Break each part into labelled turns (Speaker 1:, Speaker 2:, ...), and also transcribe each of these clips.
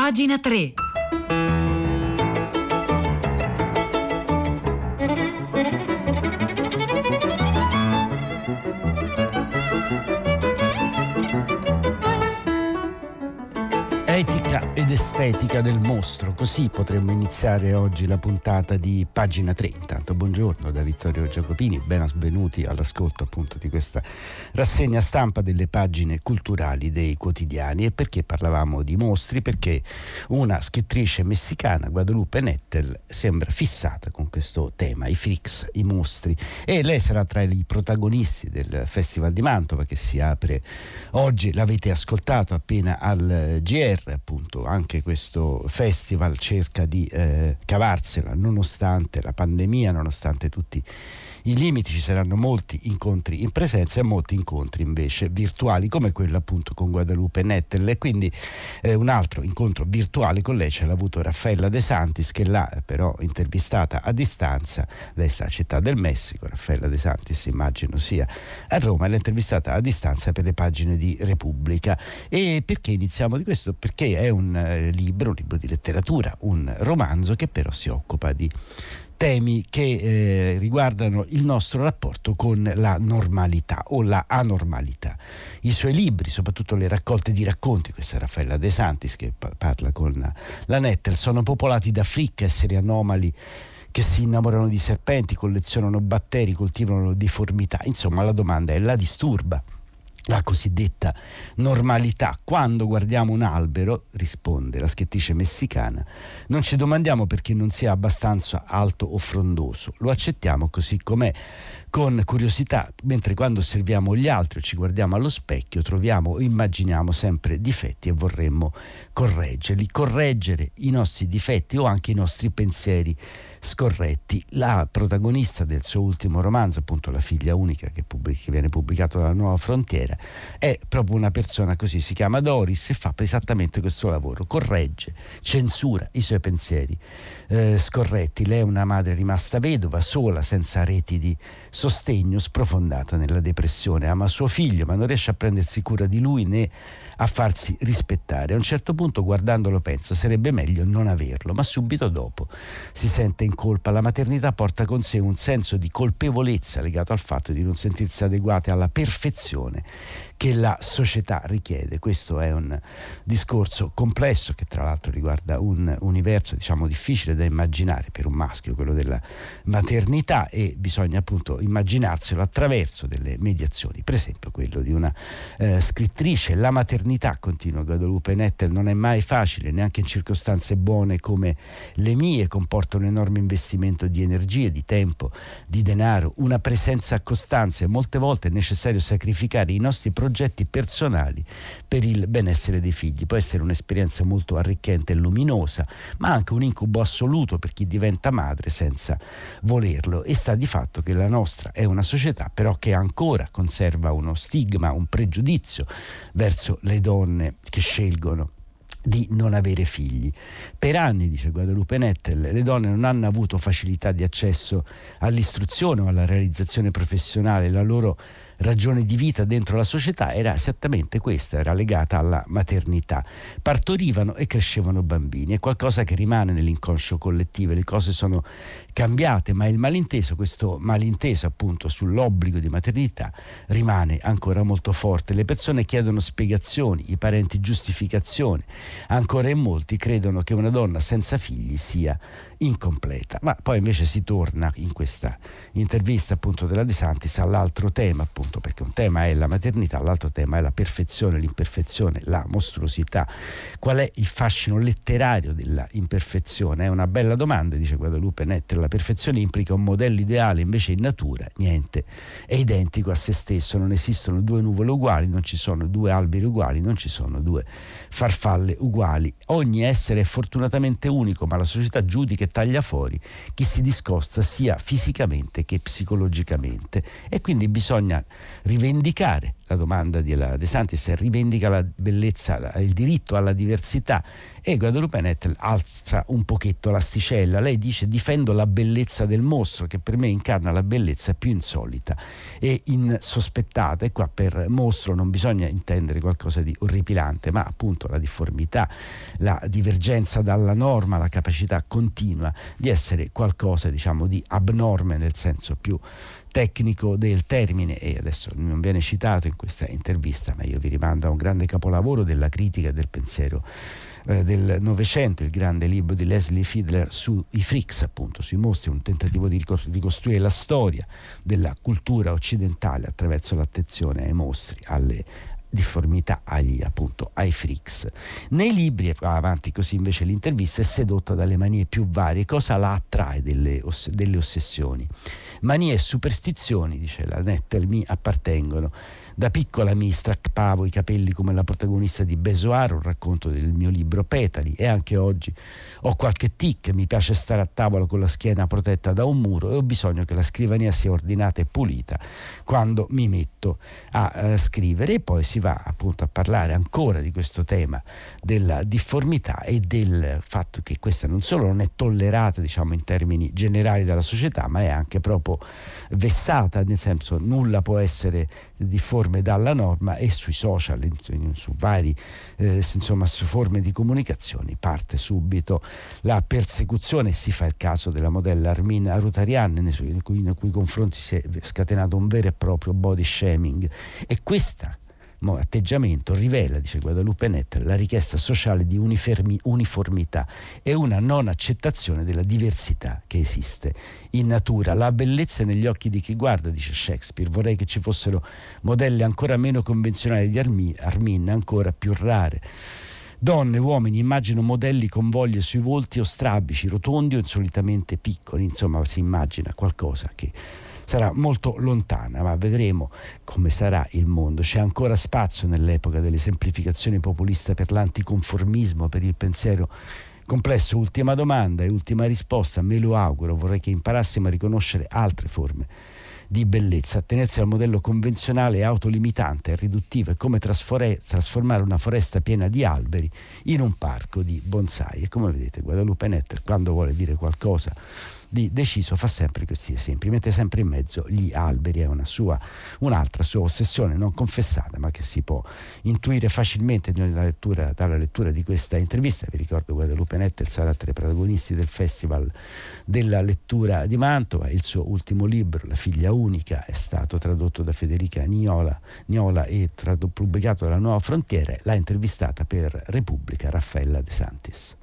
Speaker 1: Pagina 3.
Speaker 2: Etica ed estetica del mostro, così potremmo iniziare oggi la puntata di Pagina 3. Intanto buongiorno da Vittorio Giacopini, benvenuti all'ascolto appunto di questa rassegna stampa delle pagine culturali dei quotidiani. E perché parlavamo di mostri? Perché una scrittrice messicana, Guadalupe Nettel, sembra fissata con questo tema, i freaks, i mostri, e lei sarà tra i protagonisti del Festival di Mantova che si apre oggi. L'avete ascoltato appena al GR. Appunto anche questo festival cerca di cavarsela nonostante la pandemia, nonostante tutti i limiti. Ci saranno molti incontri in presenza e molti incontri invece virtuali, come quello appunto con Guadalupe Nettel. E quindi un altro incontro virtuale con lei ce l'ha avuto Raffaella De Santis, che l'ha però intervistata a distanza. Lei sta a Città del Messico, Raffaella De Santis immagino sia a Roma, l'ha intervistata a distanza per le pagine di Repubblica. E perché iniziamo di questo? Perché è un libro di letteratura, un romanzo che però si occupa di temi che riguardano il nostro rapporto con la normalità o la anormalità. I suoi libri, soprattutto le raccolte di racconti, questa è Raffaella De Santis che parla con la Nettel, sono popolati da freak, esseri anomali che si innamorano di serpenti, collezionano batteri, coltivano deformità. Insomma, la domanda è: la disturba la cosiddetta normalità? Quando guardiamo un albero, risponde la scrittrice messicana, non ci domandiamo perché non sia abbastanza alto o frondoso, lo accettiamo così com'è, con curiosità, mentre quando osserviamo gli altri o ci guardiamo allo specchio troviamo o immaginiamo sempre difetti e vorremmo correggerli, correggere i nostri difetti o anche i nostri pensieri scorretti. La protagonista del suo ultimo romanzo, appunto La figlia unica, che viene pubblicato dalla Nuova Frontiera, è proprio una persona così, si chiama Doris e fa esattamente questo lavoro, corregge, censura i suoi pensieri scorretti. Lei è una madre rimasta vedova, sola, senza reti di sostegno, sprofondata nella depressione, ama suo figlio ma non riesce a prendersi cura di lui né a farsi rispettare. A un certo punto, guardandolo, pensa sarebbe meglio non averlo, ma subito dopo si sente in colpa. La maternità porta con sé un senso di colpevolezza legato al fatto di non sentirsi adeguate alla perfezione che la società richiede. Questo è un discorso complesso che tra l'altro riguarda un universo difficile da immaginare per un maschio, quello della maternità, e bisogna appunto immaginarselo attraverso delle mediazioni, per esempio quello di una scrittrice. La maternità, continua Guadalupe Nettel, non è mai facile, neanche in circostanze buone come le mie, comporta un enorme investimento di energie, di tempo, di denaro, una presenza a costanza, e molte volte è necessario sacrificare i nostri progetti personali per il benessere dei figli. Può essere un'esperienza molto arricchente e luminosa, ma anche un incubo assoluto per chi diventa madre senza volerlo. E sta di fatto che la nostra è una società però che ancora conserva uno stigma, un pregiudizio verso le donne che scelgono di non avere figli. Per anni, dice Guadalupe Nettel, le donne non hanno avuto facilità di accesso all'istruzione o alla realizzazione professionale. La loro ragione di vita dentro la società era esattamente questa, era legata alla maternità. Partorivano e crescevano bambini, è qualcosa che rimane nell'inconscio collettivo. Le cose sono cambiate, ma il malinteso, questo malinteso appunto sull'obbligo di maternità, rimane ancora molto forte. Le persone chiedono spiegazioni, i parenti giustificazioni, ancora in molti credono che una donna senza figli sia incompleta. Ma poi invece si torna in questa intervista appunto della De Santis all'altro tema, appunto, perché un tema è la maternità, l'altro tema è la perfezione, l'imperfezione, la mostruosità. Qual è il fascino letterario della imperfezione? È una bella domanda, dice Guadalupe Nettel. La perfezione implica un modello ideale, invece in natura niente è identico a se stesso, non esistono due nuvole uguali, non ci sono due alberi uguali, non ci sono due farfalle uguali. Ogni essere è fortunatamente unico, ma la società giudica e taglia fuori chi si discosta sia fisicamente che psicologicamente, e quindi bisogna rivendicare, la domanda di De Santis rivendica la bellezza, il diritto alla diversità, e Guadalupe Nettel alza un pochetto l'asticella. Lei dice: difendo la bellezza del mostro, che per me incarna la bellezza più insolita e insospettata. E qua per mostro non bisogna intendere qualcosa di orripilante, ma appunto la difformità, la divergenza dalla norma, la capacità continua di essere qualcosa, diciamo, di abnorme nel senso più tecnico del termine. E adesso non viene citato in questa intervista, ma io vi rimando a un grande capolavoro della critica e del pensiero del Novecento, il grande libro di Leslie Fiedler sui freaks, appunto, sui mostri, un tentativo di ricostruire la storia della cultura occidentale attraverso l'attenzione ai mostri, alle difformità, ai freaks. Nei libri, e va avanti così invece l'intervista, è sedotta dalle manie più varie. Cosa la attrae delle ossessioni? Manie e superstizioni, dice la Nettel, mi appartengono. Da piccola mi strappavo i capelli come la protagonista di Besoar, un racconto del mio libro Petali, e anche oggi ho qualche tic, mi piace stare a tavola con la schiena protetta da un muro e ho bisogno che la scrivania sia ordinata e pulita quando mi metto a scrivere. E poi si va appunto a parlare ancora di questo tema della difformità e del fatto che questa non solo non è tollerata, diciamo, in termini generali dalla società, ma è anche proprio vessata, nel senso nulla può essere difforme dalla norma. E sui social, su vari su forme di comunicazione parte subito la persecuzione. Si fa il caso della modella Armin Arutarian, nei cui confronti si è scatenato un vero e proprio body shaming, e questo atteggiamento rivela, dice Guadalupe Nettel, la richiesta sociale di uniformità e una non accettazione della diversità che esiste in natura. La bellezza è negli occhi di chi guarda, dice Shakespeare. Vorrei che ci fossero modelle ancora meno convenzionali di Armin, ancora più rare. Donne, uomini, immagino modelli con voglie sui volti o strabici, rotondi o insolitamente piccoli. Insomma, si immagina qualcosa che sarà molto lontana, ma vedremo come sarà il mondo. C'è ancora spazio nell'epoca delle semplificazioni populiste per l'anticonformismo, per il pensiero complesso? Ultima domanda e ultima risposta: me lo auguro. Vorrei che imparassimo a riconoscere altre forme di bellezza. Attenersi al modello convenzionale è autolimitante, è riduttivo, è come trasformare una foresta piena di alberi in un parco di bonsai. E come vedete, Guadalupe Nettel, quando vuole dire qualcosa di deciso, fa sempre questi esempi, mette sempre in mezzo gli alberi. È un'altra sua ossessione non confessata, ma che si può intuire facilmente dalla lettura di questa intervista. Vi ricordo, Guadalupe Nettel sarà tra i protagonisti del Festival della Lettura di Mantova. Il suo ultimo libro, La figlia unica, è stato tradotto da Federica Niola e pubblicato dalla Nuova Frontiera. L'ha intervistata per Repubblica Raffaella De Santis.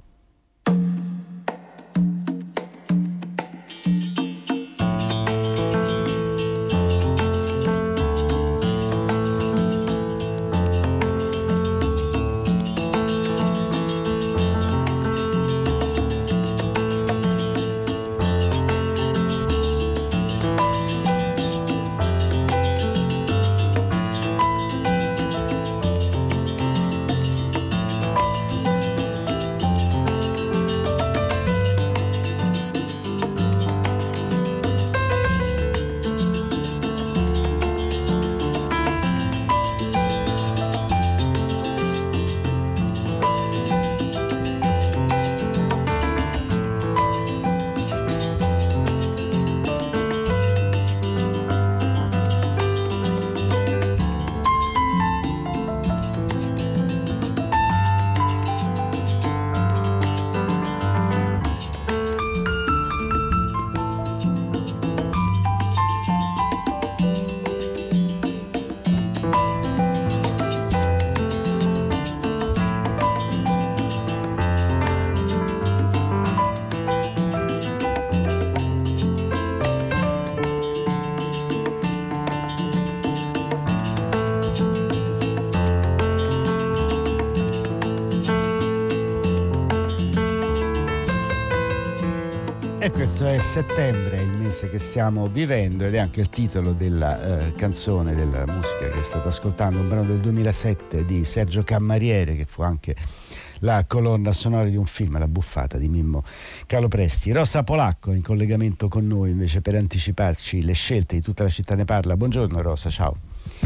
Speaker 2: E questo è settembre, il mese che stiamo vivendo, ed è anche il titolo della canzone, della musica che state ascoltando, un brano del 2007 di Sergio Cammariere, che fu anche la colonna sonora di un film, La buffata di Mimmo Calopresti. Rosa Polacco in collegamento con noi invece per anticiparci le scelte di Tutta la città ne parla. Buongiorno Rosa, ciao.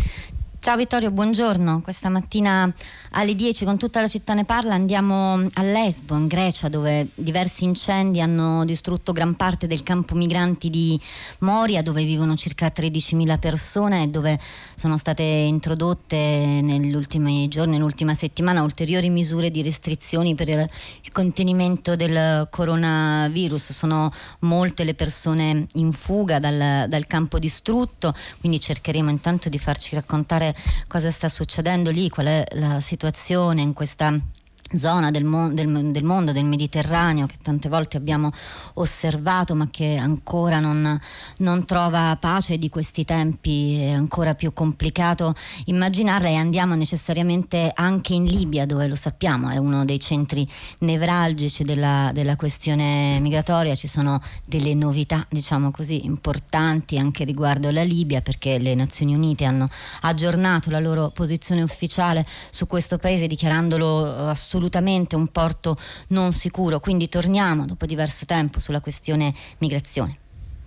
Speaker 1: Ciao Vittorio, buongiorno. Questa mattina alle 10 con Tutta la città ne parla andiamo a Lesbo, in Grecia, dove diversi incendi hanno distrutto gran parte del campo migranti di Moria, dove vivono circa 13.000 persone e dove sono state introdotte negli ultimi giorni, nell'ultima settimana, ulteriori misure di restrizioni per il contenimento del coronavirus. Sono molte le persone in fuga dal campo distrutto, quindi cercheremo intanto di farci raccontare cosa sta succedendo lì, qual è la situazione in questa zona del mondo, del Mediterraneo, che tante volte abbiamo osservato ma che ancora non trova pace. Di questi tempi è ancora più complicato immaginarla, e andiamo necessariamente anche in Libia, dove, lo sappiamo, è uno dei centri nevralgici della questione migratoria. Ci sono delle novità, diciamo così, importanti anche riguardo la Libia, perché le Nazioni Unite hanno aggiornato la loro posizione ufficiale su questo paese, dichiarandolo assolutamente un porto non sicuro. Quindi torniamo dopo diverso tempo sulla questione migrazione.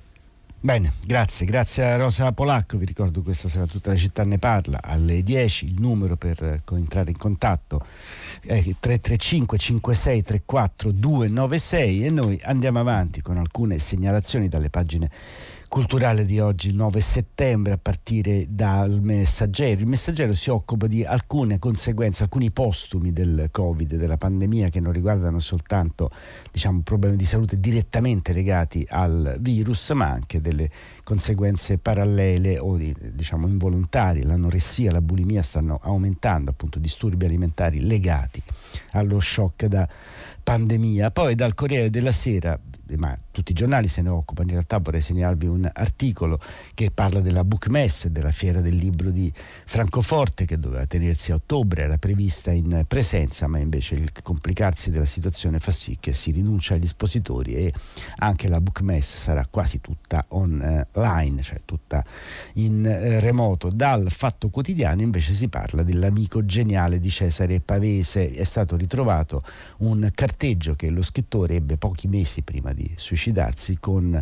Speaker 2: Bene, grazie a Rosa Polacco. Vi ricordo questa sera Tutta la città ne parla alle 10. Il numero per entrare in contatto è 335 56 34 296 e noi andiamo avanti con alcune segnalazioni dalle pagine culturale di oggi, il 9 settembre, a partire dal Messaggero. Il Messaggero si occupa di alcune conseguenze, alcuni postumi del Covid, della pandemia, che non riguardano soltanto, problemi di salute direttamente legati al virus, ma anche delle conseguenze parallele o involontarie. L'anoressia, la bulimia stanno aumentando, appunto disturbi alimentari legati allo shock da pandemia. Poi dal Corriere della Sera, ma tutti i giornali se ne occupano, in realtà vorrei segnalarvi un articolo che parla della Bookmess, della fiera del libro di Francoforte, che doveva tenersi a ottobre, era prevista in presenza, ma invece il complicarsi della situazione fa sì che si rinuncia agli espositori e anche la Bookmess sarà quasi tutta online, cioè tutta in remoto. Dal Fatto Quotidiano invece si parla dell'amico geniale di Cesare Pavese. È stato ritrovato un carteggio che lo scrittore ebbe pochi mesi prima di suicidarsi con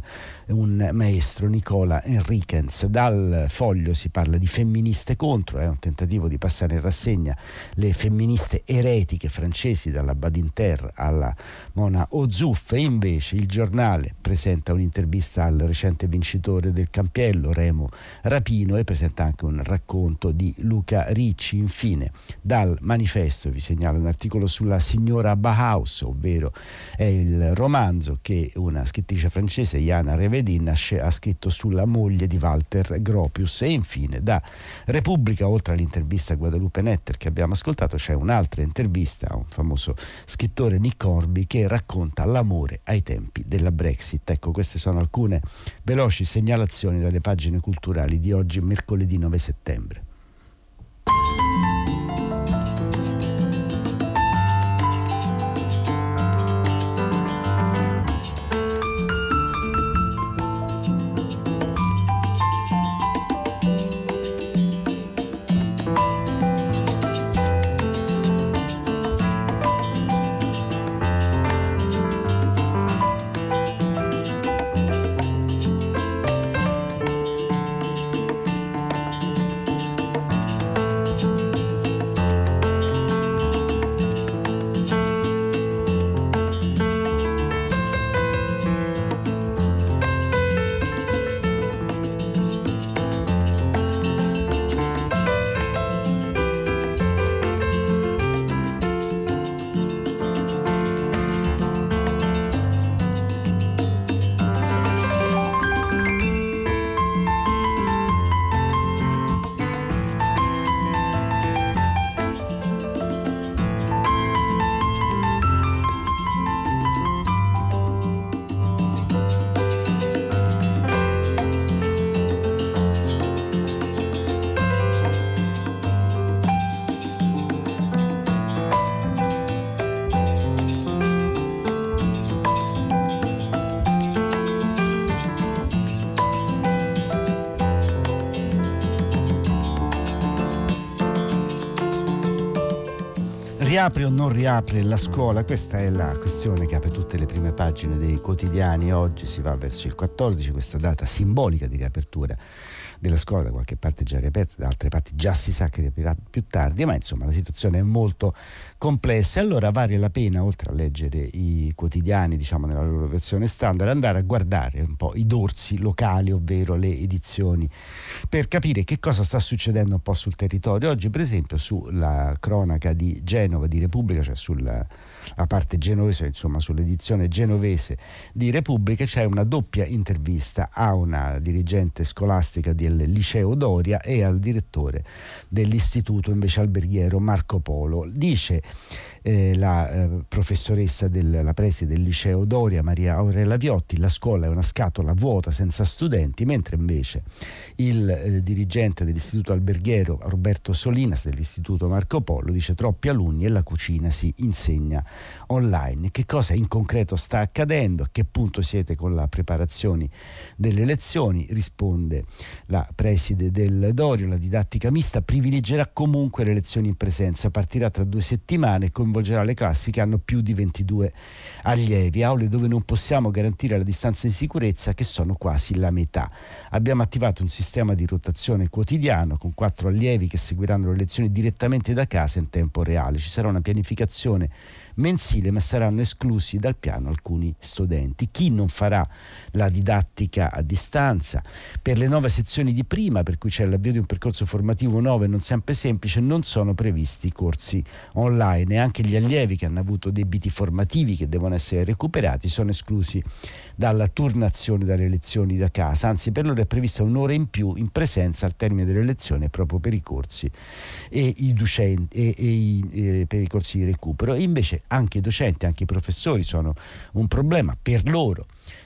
Speaker 2: un maestro, Nicola Enriquez. Dal Foglio si parla di femministe contro, è un tentativo di passare in rassegna le femministe eretiche francesi, dalla Badinter alla Mona Ozouf. E invece il Giornale presenta un'intervista al recente vincitore del Campiello, Remo Rapino, e presenta anche un racconto di Luca Ricci. Infine dal Manifesto vi segnalo un articolo sulla signora Bauhaus, ovvero è il romanzo che una scrittrice francese, Jana Revedin, ha scritto sulla moglie di Walter Gropius. E infine da Repubblica, oltre all'intervista a Guadalupe Netter che abbiamo ascoltato, c'è un'altra intervista a un famoso scrittore, Nick Horby, che racconta l'amore ai tempi della Brexit. Ecco, queste sono alcune veloci segnalazioni dalle pagine culturali di oggi, mercoledì 9 settembre. Riapre o non riapre la scuola? Questa è la questione che apre tutte le prime pagine dei quotidiani. Oggi si va verso il 14, questa data simbolica di riapertura della scuola. Da qualche parte già riaperta, da altre parti già si sa che riaprirà più tardi, ma insomma la situazione è molto complessa. Allora vale la pena, oltre a leggere i quotidiani, diciamo nella loro versione standard, andare a guardare un po' i dorsi locali, ovvero le edizioni, per capire che cosa sta succedendo un po' sul territorio. Oggi per esempio sulla cronaca di Genova di Repubblica, cioè sulla parte genovese, insomma sull'edizione genovese di Repubblica, c'è una doppia intervista a una dirigente scolastica del liceo Doria e al direttore dell'istituto invece alberghiero Marco Polo. Dice la professoressa la preside del liceo Doria, Maria Aurela Viotti: la scuola è una scatola vuota senza studenti, mentre invece il dirigente dell'istituto alberghiero Roberto Solinas dell'istituto Marco Polo dice: troppi alunni e la cucina si insegna online. Che cosa in concreto sta accadendo? A che punto siete con la preparazione delle lezioni? Risponde la preside del Doria: la didattica mista privilegerà comunque le lezioni in presenza, partirà tra 2 settimane e coinvolgerà le classi che hanno più di 22 allievi, aule dove non possiamo garantire la distanza di sicurezza, che sono quasi la metà. Abbiamo attivato un sistema di rotazione quotidiano con 4 allievi che seguiranno le lezioni direttamente da casa in tempo reale. Ci sarà una pianificazione mensile, ma saranno esclusi dal piano alcuni studenti. Chi non farà la didattica a distanza? Per le 9 sezioni di prima, per cui c'è l'avvio di un percorso formativo nuovo e non sempre semplice, non sono previsti corsi online, e anche gli allievi che hanno avuto debiti formativi che devono essere recuperati sono esclusi dalla turnazione dalle lezioni da casa. Anzi, per loro è prevista un'ora in più in presenza al termine delle lezioni proprio per i corsi e i docenti per i corsi di recupero. E invece anche i docenti, anche i professori sono un problema per loro.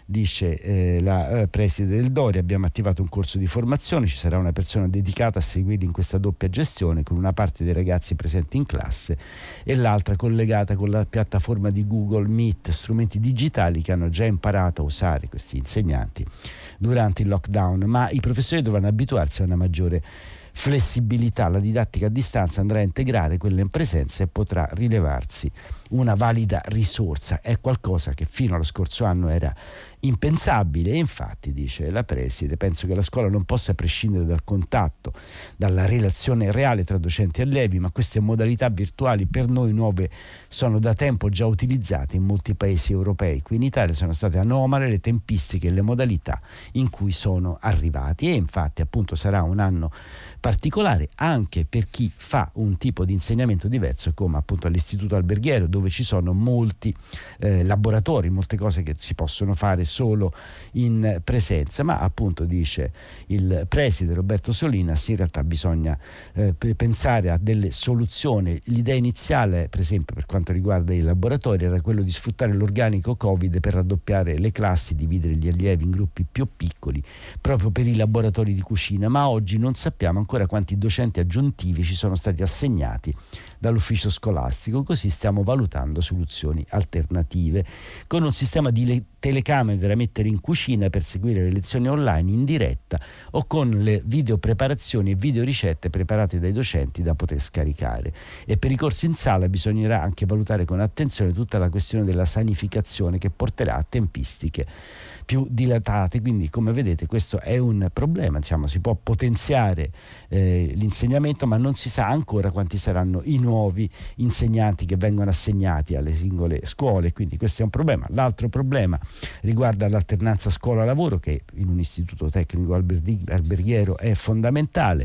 Speaker 2: Dice la preside del Doria: abbiamo attivato un corso di formazione, ci sarà una persona dedicata a seguirli in questa doppia gestione, con una parte dei ragazzi presenti in classe e l'altra collegata con la piattaforma di Google Meet, strumenti digitali che hanno già imparato a usare questi insegnanti durante il lockdown, ma i professori dovranno abituarsi a una maggiore flessibilità. La didattica a distanza andrà a integrare quella in presenza e potrà rilevarsi una valida risorsa. È qualcosa che fino allo scorso anno era impensabile, e infatti, dice la preside, penso che la scuola non possa prescindere dal contatto, dalla relazione reale tra docenti e allievi, ma queste modalità virtuali per noi nuove sono da tempo già utilizzate in molti paesi europei. Qui in Italia sono state anomale le tempistiche e le modalità in cui sono arrivati, e infatti appunto sarà un anno particolare anche per chi fa un tipo di insegnamento diverso, come appunto all'istituto alberghiero, dove ci sono molti laboratori, molte cose che si possono fare solo in presenza. Ma appunto, dice il preside Roberto Solinas, in realtà bisogna pensare a delle soluzioni. L'idea iniziale, per esempio per quanto riguarda i laboratori, era quello di sfruttare l'organico Covid per raddoppiare le classi, dividere gli allievi in gruppi più piccoli proprio per i laboratori di cucina, ma oggi non sappiamo ancora quanti docenti aggiuntivi ci sono stati assegnati dall'ufficio scolastico, così stiamo valutando soluzioni alternative, con un sistema di telecamere da mettere in cucina per seguire le lezioni online in diretta, o con le video preparazioni e video ricette preparate dai docenti da poter scaricare. E per i corsi in sala bisognerà anche valutare con attenzione tutta la questione della sanificazione, che porterà a tempistiche più dilatate. Quindi, come vedete, questo è un problema. Diciamo, si può potenziare l'insegnamento, ma non si sa ancora quanti saranno i nuovi insegnanti che vengono assegnati alle singole scuole, quindi questo è un problema. L'altro problema riguarda l'alternanza scuola-lavoro, che in un istituto tecnico alberghiero è fondamentale,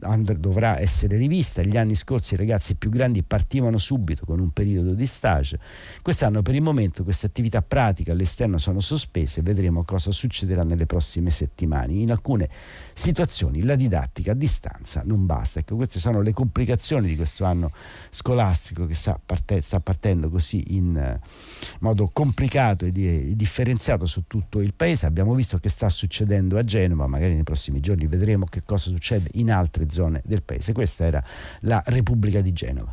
Speaker 2: dovrà essere rivista. Gli anni scorsi i ragazzi più grandi partivano subito con un periodo di stage. Quest'anno per il momento queste attività pratiche all'esterno sono sospese, vedremo cosa succederà nelle prossime settimane. In alcune situazioni la didattica a distanza non basta. Ecco, queste sono le complicazioni di questo anno scolastico che sta partendo così in modo complicato e differenziato su tutto il paese. Abbiamo visto che sta succedendo a Genova, magari nei prossimi giorni vedremo che cosa succede in altre zone del paese. Questa era la Repubblica di Genova.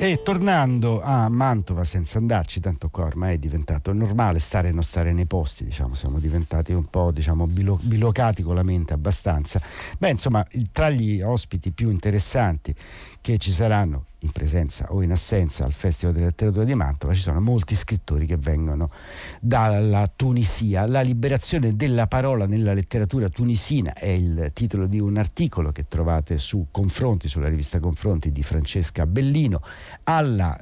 Speaker 2: E tornando a Mantova, senza andarci, tanto qua ormai è diventato normale stare e non stare nei posti, diciamo, siamo diventati un po', diciamo, bilocati con la mente abbastanza. Beh, insomma, tra gli ospiti più interessanti che ci saranno in presenza o in assenza al Festival della Letteratura di Mantova ci sono molti scrittori che vengono dalla Tunisia. La liberazione della parola nella letteratura tunisina è il titolo di un articolo che trovate su Confronti, sulla rivista Confronti di Francesca Bellino. Alla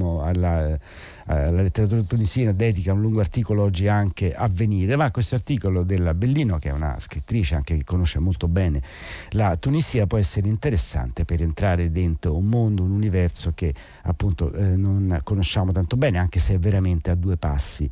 Speaker 2: letteratura tunisina dedica un lungo articolo oggi anche Avvenire, ma questo articolo della Bellino, che è una scrittrice anche che conosce molto bene la Tunisia, può essere interessante per entrare dentro un mondo, un universo che appunto non conosciamo tanto bene, anche se è veramente a due passi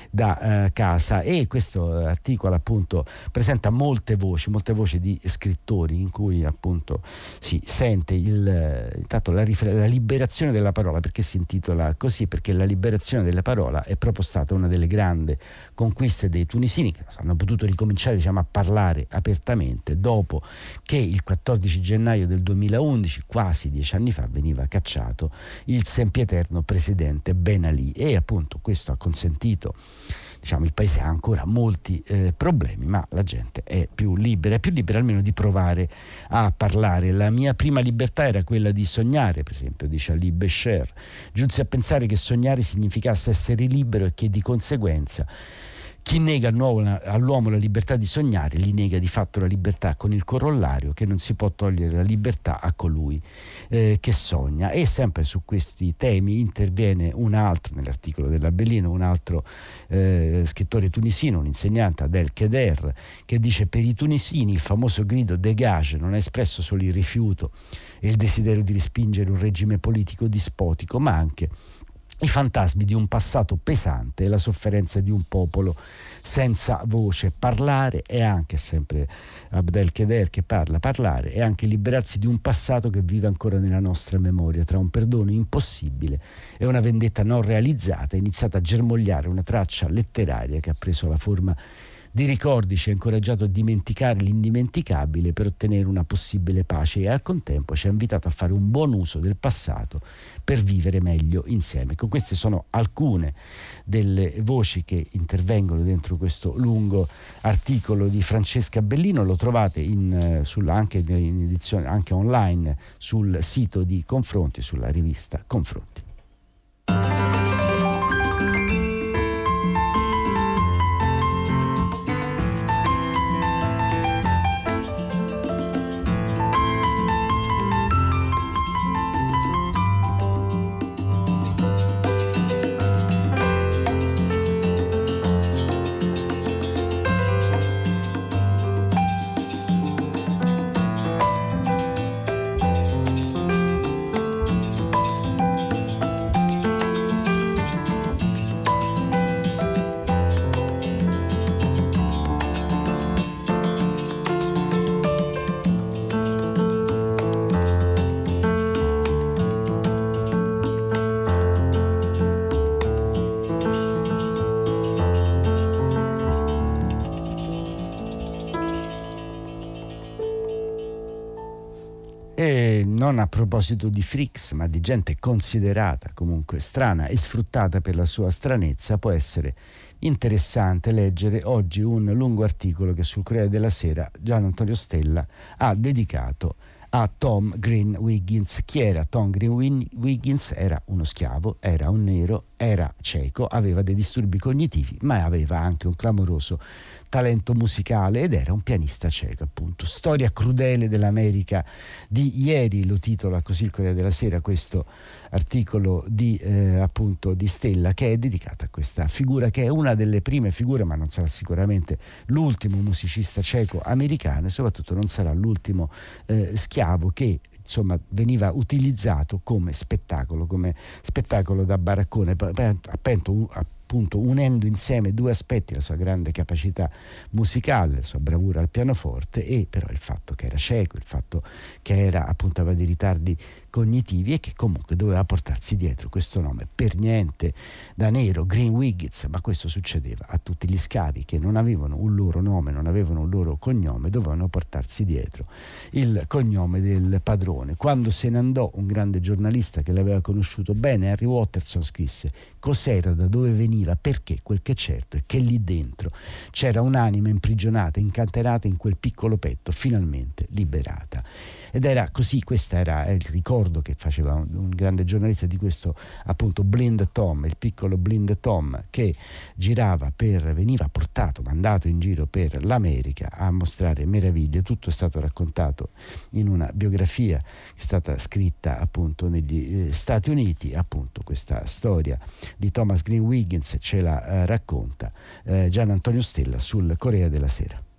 Speaker 2: da casa. E questo articolo appunto presenta molte voci di scrittori in cui appunto si sente intanto la liberazione della parola. Perché si intitola così? Perché la liberazione della parola è proprio stata una delle grandi conquiste dei tunisini, che hanno potuto ricominciare, diciamo, a parlare apertamente dopo che il 14 gennaio del 2011, quasi 10 anni fa, veniva cacciato il sempiterno presidente Ben Ali. E appunto questo ha consentito, diciamo, il paese ha ancora molti problemi, ma la gente è più libera almeno di provare a parlare. La mia prima libertà era quella di sognare, per esempio, dice Ali Besher. Giunsi a pensare che sognare significasse essere libero e che di conseguenza chi nega all'uomo la libertà di sognare gli nega di fatto la libertà, con il corollario che non si può togliere la libertà a colui che sogna. E sempre su questi temi interviene un altro, nell'articolo della Bellino, un altro scrittore tunisino, un insegnante, Adel Keder, che dice: per i tunisini il famoso grido dégage non ha espresso solo il rifiuto e il desiderio di respingere un regime politico dispotico, ma anche i fantasmi di un passato pesante e la sofferenza di un popolo senza voce. Parlare è anche, sempre Abdelkader che parlare è anche liberarsi di un passato che vive ancora nella nostra memoria, tra un perdono impossibile e una vendetta non realizzata. È iniziata a germogliare una traccia letteraria che ha preso la forma di ricordi, ci ha incoraggiato a dimenticare l'indimenticabile per ottenere una possibile pace e al contempo ci ha invitato a fare un buon uso del passato per vivere meglio insieme. Ecco, queste sono alcune delle voci che intervengono dentro questo lungo articolo di Francesca Bellino. Lo trovate anche in edizione anche online sul sito di Confronti, sulla rivista Confronti. Non a proposito di freaks, ma di gente considerata comunque strana e sfruttata per la sua stranezza, può essere interessante leggere oggi un lungo articolo che sul Corriere della Sera Gian Antonio Stella ha dedicato a Tom Green Wiggins. Chi era Tom Green Wiggins? Era uno schiavo, era un nero, era cieco, aveva dei disturbi cognitivi, ma aveva anche un clamoroso talento musicale ed era un pianista cieco, appunto. Storia crudele dell'America di ieri, lo titola così il Corriere della Sera, questo articolo di Stella, che è dedicata a questa figura che è una delle prime figure, ma non sarà sicuramente l'ultimo musicista cieco americano e soprattutto non sarà l'ultimo schiavo che insomma veniva utilizzato come spettacolo da baraccone, appunto unendo insieme due aspetti: la sua grande capacità musicale, la sua bravura al pianoforte, e però il fatto che era cieco, il fatto che era appunto aveva dei ritardi cognitivi e che comunque doveva portarsi dietro questo nome, per niente da nero, Green Wiggins, ma questo succedeva a tutti gli schiavi che non avevano un loro nome, non avevano un loro cognome, dovevano portarsi dietro il cognome del padrone. Quando se ne andò, un grande giornalista che l'aveva conosciuto bene, Henry Watterson, scrisse: cos'era, da dove veniva, perché? Quel che è certo è che lì dentro c'era un'anima imprigionata, incanterata in quel piccolo petto, finalmente liberata. Ed era così, questo era il ricordo che faceva un grande giornalista di questo appunto Blind Tom, il piccolo Blind Tom che veniva portato, mandato in giro per l'America a mostrare meraviglie. Tutto è stato raccontato in una biografia che è stata scritta appunto negli Stati Uniti. Appunto questa storia di Thomas Green Wiggins ce la racconta Gian Antonio Stella sul Corriere della Sera.